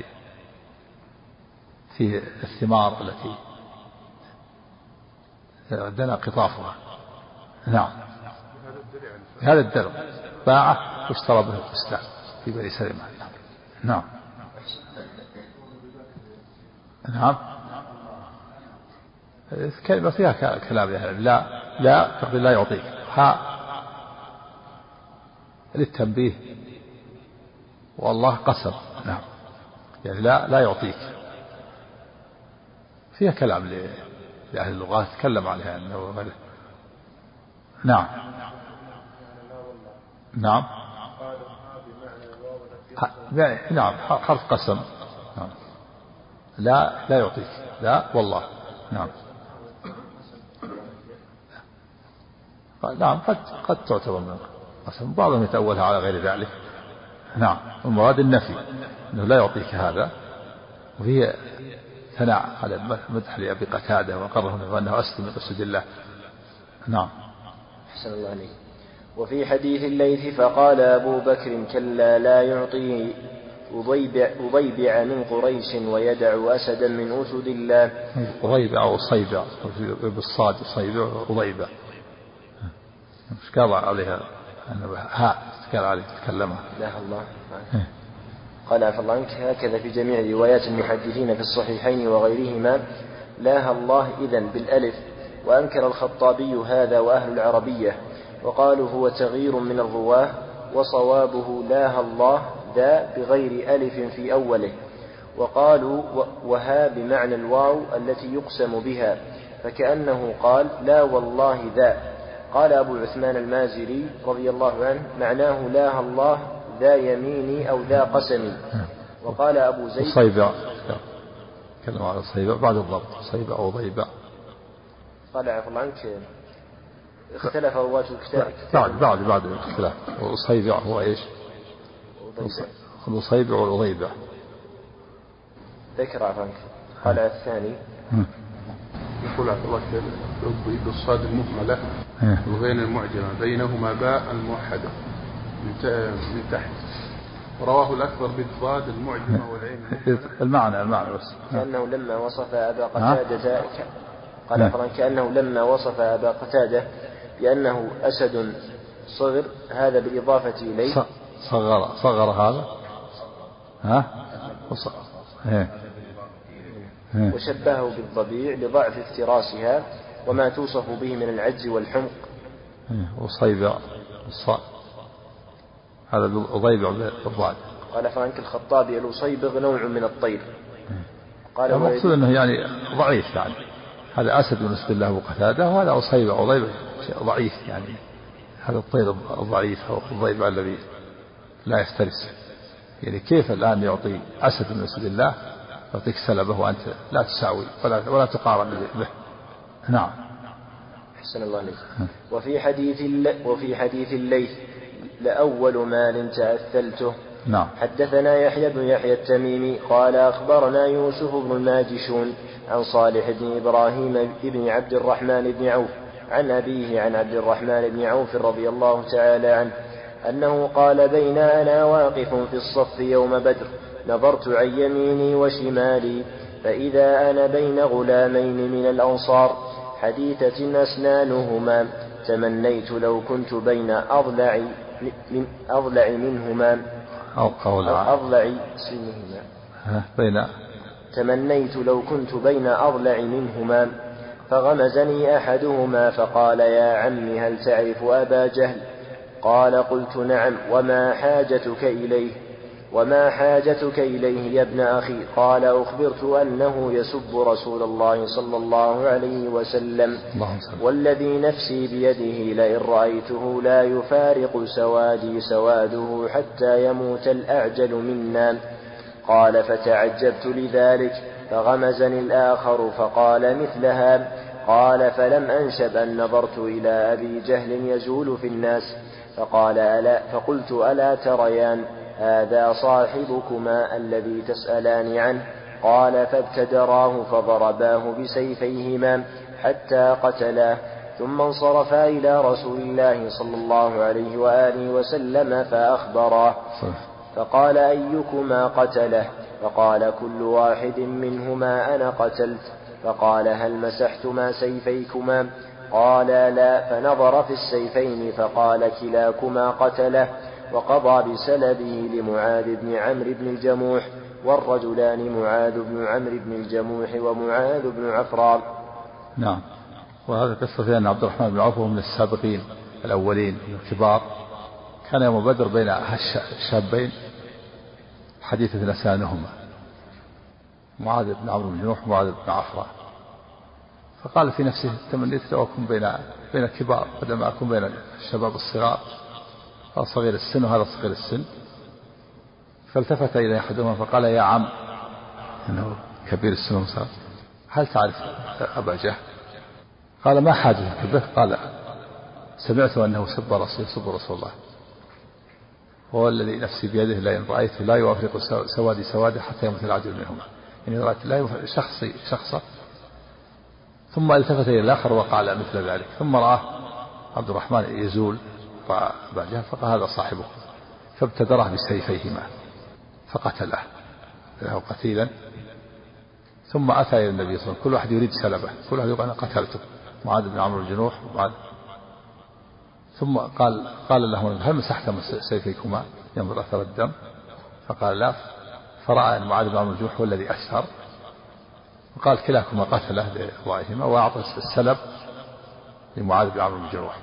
في الثمار التي دنا قطافها. نعم. هذا الدرع باعه واشترى به بستان في بني سلمة. نعم. نعم. كلمة فيها كلام يعني لا لا تقول لا يعطيك ها للتنبيه والله قسم. نعم. يعني لا لا يعطيك. فيها كلام لأهل اللغات تكلم عليها أنه نعم نعم نعم حرف قسم. نعم. لا لا يعطيك لا والله. نعم نعم قد قد تعتبر من قسم، بعضهم يتأولها على غير ذلك. نعم المراد النفي أنه لا يعطيك هذا، وهي ثناء على مدح لأبي قتادة وقرره أنه أسد من أسد الله. نعم. أحسن الله عليك. وفي حديث الليث فقال أبو بكر كلا لا يعطيه أضيبع, أضيبع من قريش ويدع أسدا من أسد الله. أضيبع أو صيبع بالصاد صيبع أضيبع مش قال عليها ها قال عليه تكلمها. لا الله قال عفى الله عنك هكذا في جميع روايات المحدثين في الصحيحين وغيرهما لاها الله إذن بالألف. وأنكر الخطابي هذا وأهل العربية وقالوا هو تغيير من الرواه، وصوابه لاها الله ذا بغير ألف في أوله. وقالوا وها بمعنى الواو التي يقسم بها، فكأنه قال لا والله ذا. قال أبو عثمان المازري رضي الله عنه معناه لاها الله ذا يميني أو ذا قسمي. وقال أبو زيد صيبع كلام على صيبع بعد الضبط صيبع أو ضيبع. قال عفوا الله عنك اختلف رواة الكتاب بعد بعد بعد الاختلاف. وصيبع هو ايش؟ وصيبع والضيبع ذكر عفوا عنك. قال الثاني يقول عفوا الله بالصاد المهملة والغين المعجمة بينهما باء الموحدة من تحت. رواه الأكبر بالضاد المعجمة والعين المعنى المعنى بس. كأنه لما وصف أبا قتادة قال فران كأنه لما وصف أبا قتادة بأنه أسد صغر هذا بالإضافة إليه صغر صغر هذا ها وشبهه بالضبيع لضعف افتراسها وما توصف به من العجز والحمق. وصيبع الصاء هذا الضيبع بالضاد. قال فرانك الخطابي الأصيبغ نوع من الطير. قال المقصود أنه يعني ضعيف، يعني هذا أسد بالنسبة له أبو قتادة وهذا أصيبع وضيبع ضعيف، يعني هذا الطير الضعيف أو الضيبع الذي لا يفترس. يعني كيف الآن يعطي أسد من أسد الله يعطيك سلبه وأنت لا تساوي ولا, ولا تقارن به. نعم. أحسن الله عليك. وفي حديث وفي حديث الليث لأول مال تأثلته. نعم. حدثنا يحيى بن يحيى التميمي قال أخبرنا يوسف بن الماجشون عن صالح بن إبراهيم بن عبد الرحمن بن عوف عن أبيه عن عبد الرحمن بن عوف رضي الله تعالى عنه أنه قال بين أنا واقف في الصف يوم بدر نظرت عن يميني وشمالي فإذا أنا بين غلامين من الأنصار حديثة أسنانهما تمنيت لو كنت بين أضلع من أضلع منهما أو قولع أضلع سنهما بين تمنيت لو كنت بين أضلع منهما فغمزني أحدهما فقال يا عم هل تعرف أبا جهل؟ قال قلت نعم وما حاجتك إليه وما حاجتك إليه يا ابن أخي؟ قال أخبرت أنه يسب رسول الله صلى الله عليه وسلم والذي نفسي بيده لئن رأيته لا يفارق سوادي سواده حتى يموت الأعجل منا. قال فتعجبت لذلك فغمزني الآخر فقال مثلها. قال فلم أنشب أن نظرت إلى أبي جهل يزول في الناس فقال ألا فقلت ألا تريان هذا صاحبكما الذي تسألان عنه؟ قال فابتدراه فضرباه بسيفيهما حتى قتلاه ثم انصرفا إلى رسول الله صلى الله عليه وآله وسلم فأخبراه فقال أيكما قتله؟ فقال كل واحد منهما أنا قتلت. فقال هل مسحتما سيفيكما؟ قال لا. فنظر في السيفين فقال كلاكما قتله وقضى بسلبه لمعاذ بن عمرو بن الجموح والرجلان معاذ بن عمرو بن الجموح ومعاذ بن عفراء. نعم. وهذا قصة فيها أن عبد الرحمن بن عوف من السابقين الأولين الكبار كان يوم بدر بين الشابين حديثة لسانهما معاذ بن عمرو بن جنوح ومعاذ بن عفراء، فقال في نفسه تمنيت لو أكون بين بين الكبار بدل ما أكون بين الشباب الصغار، هذا صغير السن وهذا صغير السن. فالتفت إلى أحدهما فقال يا عم، إنه كبير السن وصار، هل تعرف أبا جهل؟ قال ما حاجتك به؟ قال سمعت أنه سب رسول سب رسول الله، وهو الذي نفسي بيده لئن رأيته لا يوافق سوادي سواده حتى يموت العدل منهما، يعني رأيت لا يوافق شخصي شخصا. ثم التفت إلى الآخر وقال مثل ذلك، ثم رآه عبد الرحمن يزول أبا جهل فقال هذا صاحبه، فابتدره بسيفيهما فقتله له قتيلا. ثم أتى إلى النبي صلى الله عليه وسلم، كل واحد يريد سلبه، كل واحد يقول أنا قتلته، معاذ بن عمرو الجنوح ومعاذ. ثم قال قال لهم هل مسحتم سيفيكما ينظر أثر الدم؟ فقال لا. فرأى أن معاذ بن عمرو الجنوح هو الذي أشهر، وقال كلاكما قتله لرأيهما، وأعطى السلب لمعاذ بن عمرو الجنوح.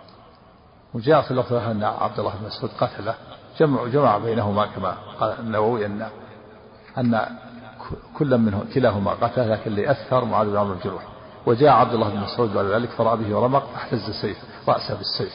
وجاء في اللفظ أن عبد الله بن مسعود قتله، جمع جمع بينهما كما قال النووي أن أن كل منه كلاهما قتل، لكن اللي أثر معاذ بن عمرو الجنوح. وجاء عبد الله بن مسعود بعد ذلك فرأى به ورمق فاحتز السيف رأسه بالسيف،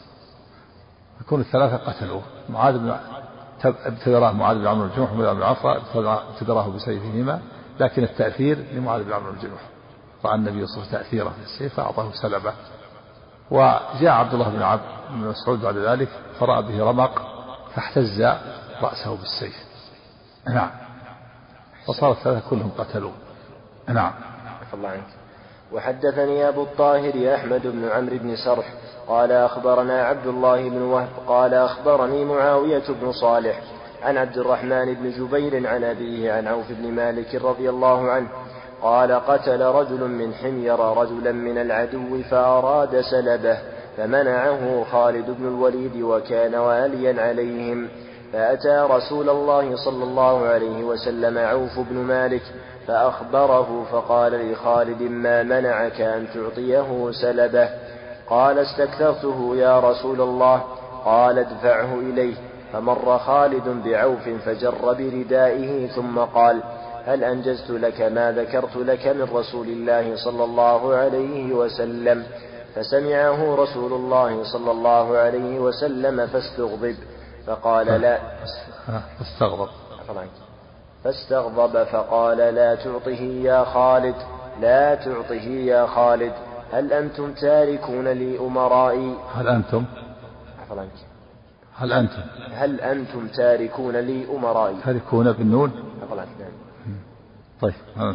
يكون الثلاثة قتلوه. معاذ بن ابتدراه معاذ بن عمرو الجنوح ومعاذ بن عفراء ابتدراه بسيفهما، لكن التأثير لمعاذ بن عمرو الجنوح، رأى النبي صلى الله عليه وسلم تأثيره في السيف فأعطاه سلبه. وجاء عبد الله بن عبد بن مسعود بعد ذلك فرأى به رمق فاحتز رأسه بالسيف. نعم. وصار الثلاثة كلهم قتلوا. نعم. الله عنك. وحدثني أبو الطاهر أحمد بن عمرو بن سرح قال أخبرنا عبد الله بن وهب قال أخبرني معاوية بن صالح عن عبد الرحمن بن جبير عن أبيه عن عوف بن مالك رضي الله عنه قال قتل رجل من حمير رجلا من العدو فأراد سلبه، فمنعه خالد بن الوليد وكان واليا عليهم، فأتى رسول الله صلى الله عليه وسلم عوف بن مالك فأخبره، فقال لخالد ما منعك أن تعطيه سلبه؟ قال استكثرته يا رسول الله. قال ادفعه إليه. فمر خالد بعوف فجر بردائه ثم قال هل أنجزت لك ما ذكرت لك من رسول الله صلى الله عليه وسلم؟ فسمعه رسول الله صلى الله عليه وسلم فاستغضب، فقال لا فاستغضب فاستغضب فقال لا تعطه يا خالد لا تعطه يا خالد هل أنتم تاركون لي أمرائي؟ هل أنتم هل أنتم هل أنتم تاركون لي أمرائي؟ تاركون بالنون. طيب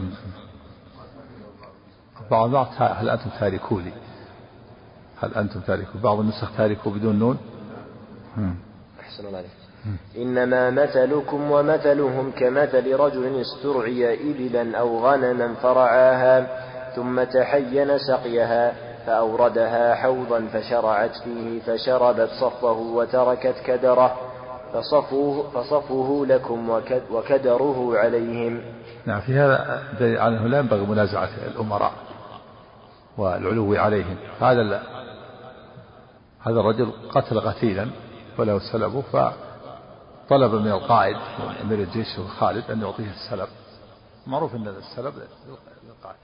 بعض هل أنتم تاركوا لي، هل أنتم تاركوا، بعض النسخ تاركوا بدون نون. أحسن الله عليك. إنما مثلكم ومثلهم كمثل رجل استرعي إبلا أو غنما فرعاها ثم تحين سقيها فأوردها حوضا فشرعت فيه فشربت صفه وتركت كدره، فصفوه, فصفوه لكم وكدره عليهم. نعم. في هذا دليل على أنه لا ينبغي منازعة الأمراء والعلو عليهم. هذا هذا الرجل قتل قتيلا وله سلبه، فطلب من القائد من أمير الجيش خالد أن يعطيه السلب. معروف أن السلب للقائد.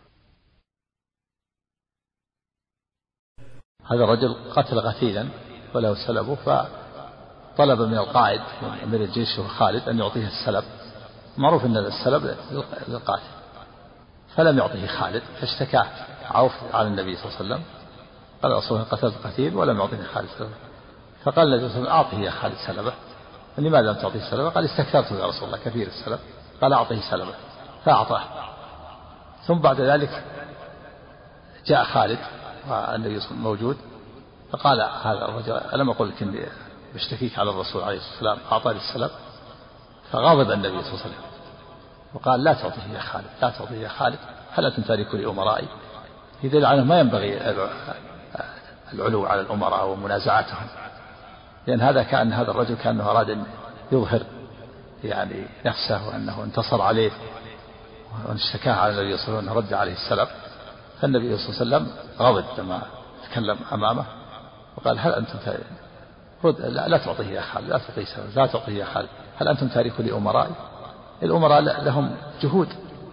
هذا الرجل قتل قتيلا وله سلبه، فطلب من القائد من أمير الجيش خالد أن يعطيه السلب. معروف أن السلب للقاتل، فلم يعطيه خالد، فاشتكى عوف على النبي صلى الله عليه وسلم، قال أصلا قتلت قتيل ولم يعطيه خالد سلبه. فقال النبي صلى الله عليه وسلم أعطه يا خالد سلبه. لماذا لم تعطيه سلبه؟ قال استكثرته يا رسول الله كثير السلب. قال أعطيه سلبه فأعطاه. ثم بعد ذلك جاء خالد والنبي موجود، فقال هذا الرجل ألم أقول لك إني بشتكيك على الرسول عليه الصلاة والسلام أعطاني السلب؟ فغضب النبي صلى الله عليه وسلم وقال لا تعطيه يا خالد لا تعطيه يا خالد هل أنتم تاركوا لي أمرائي؟ يدل على ما ينبغي العلو على الأمراء ومنازعتهم، لأن هذا كأن هذا الرجل كأنه أراد أن يظهر يعني نفسه وأنه انتصر عليه وأن اشتكاه على النبي صلى الله عليه وسلم رد عليه السلب. فالنبي صلى الله عليه وسلم غضب لما تكلم أمامه وقال هل أنتم رد لا, لا تعطيه يا خالد لا تعطيه سلب لا تعطيه يا خالد هل أنتم تاركوا لي أمرائي؟ الأمراء لهم جهود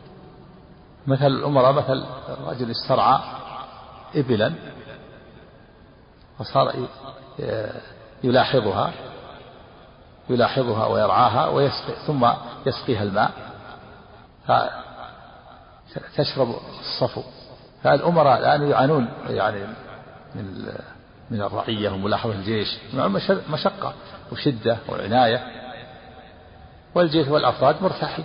مثل الأمراء مثل رجل استرعى إبلا وصار يلاحظها يلاحظها ويرعاها ويسقي ثم يسقيها الماء فتشرب الصفو. فالأمراء الآن يعانون يعني من من الرعية وملاحظة الجيش مع مشقة وشدة وعناية، والجيش والأفراد مرتاحين،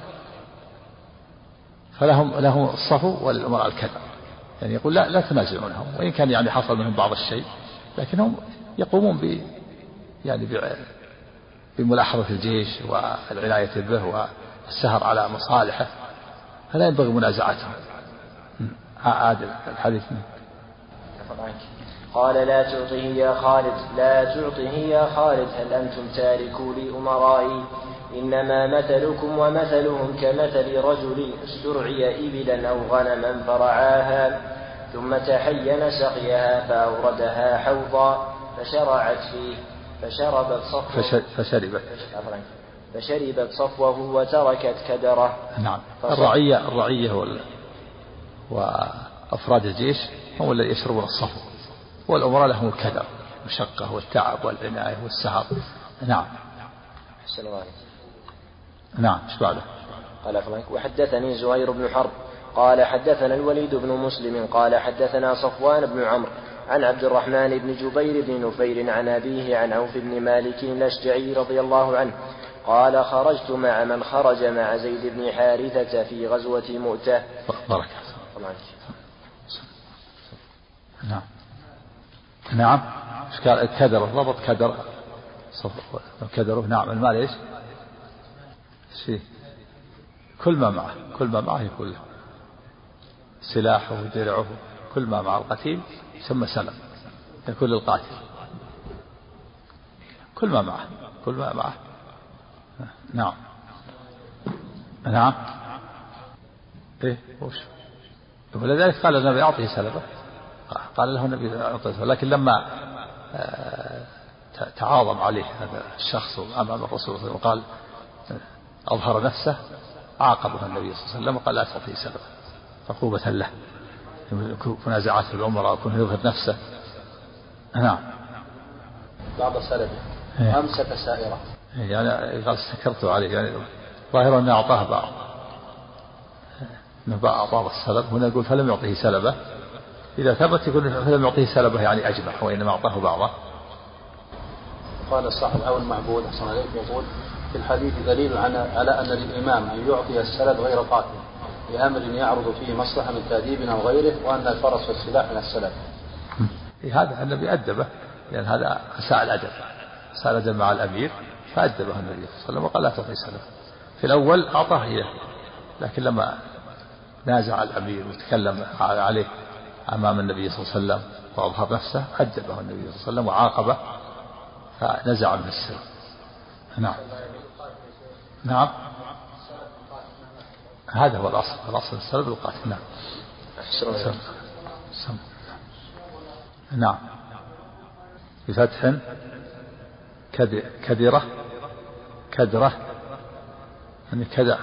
فلهم لهم الصفو والأمراء الكذا. يعني يقول لا لا تنازعونهم، وإن كان يعني حصل منهم بعض الشيء لكنهم يقومون ب يعني بملاحظة الجيش والعناية به والسهر على مصالحه، فلا ينبغي منازعتهم. عادل الحديث. قال لا تعطه يا خالد لا تعطه يا خالد هل أنتم تاركوا لي أمرائي؟ إنما مثلكم ومثلهم كمثل رجل استرعي إبلا أو غنما فرعاها ثم تحين سقيها فأوردها حوضا فشرعت فيه فشربت صفوه فشربت فشربت صفوه وتركت كدره. نعم. الرعية الرعية وال... وأفراد الجيش هم الذين يشربون الصفو، والأمراء لهم الكدر المشقة والتعب والعناية والسهر. نعم. نعم. ايش بعده؟ قال وحدثني زهير بن حرب قال حدثنا الوليد بن مسلم قال حدثنا صفوان بن عمرو عن عبد الرحمن بن جبير بن نفير عن أبيه عن عوف بن مالك الأشجعي رضي الله عنه قال خرجت مع من خرج مع زيد بن حارثة في غزوة مؤتة. بارك نعم. نعم. كدر ضبط كدر كدره. نعم. المال ايش؟ شيء كل ما معه كل ما معه يكون له سلاحه ودرعه، كل ما مع القتيل يسمى سلم، يكون للقاتل كل ما معه كل ما معه. نعم. نعم. ايه وش ولذلك قال النبي أعطيه سلبه، قال له النبي أعطيه، لكن لما تعاظم عليه هذا الشخص أمام الرسول صلى الله عليه وسلم وقال أظهر نفسه عاقبه النبي صلى الله عليه وسلم وقال لا تعطيه سلبه عقوبة له، منازعات في العمر ويكون يظهر نفسه. نعم. بعض سلبه أمسك سائرة، يعني قال استكرت عليه، يعني ظاهر أنه أعطاه بعض أنه أعطاه السلب. هنا يقول فلم يعطيه سلبه، إذا ثبت يقول فلم يعطيه سلبه يعني أجمع، وإنما أعطاه بعضه. قال صاحب أو المعبود أحسن عليك يقول في الحديث دليل على أن للإمام أن يعطي السلب غير قاتل لأمر يعرض فيه مصلحة من تأديب أو غيره، وأن الفرس والسلاح من السلب. هذا النبي أدبه، لأن هذا أساء الأدب أساء الأدب مع الأمير، فأدبه النبي صلى الله عليه وسلم وقال لا تعطي سلب. في الأول أعطاه إياه، لكن لما نازع الأمير وتكلم عليه أمام النبي صلى الله عليه وسلم وأظهر نفسه أدبه النبي صلى الله عليه وسلم وعاقبه فنزع من السلب. نعم. نعم. هذا هو الأصل، الأصل السلب القاتل. نعم. سم. سم. نعم. بفتح كدرة كدرة يعني كدع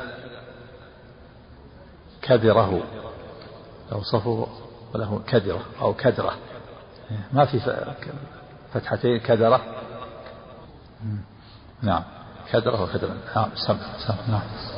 كدره لو صفه وله كدرة أو كدرة، ما في فتحتين كدرة. نعم. كدرة وكدرة. نعم. سم. سم. نعم.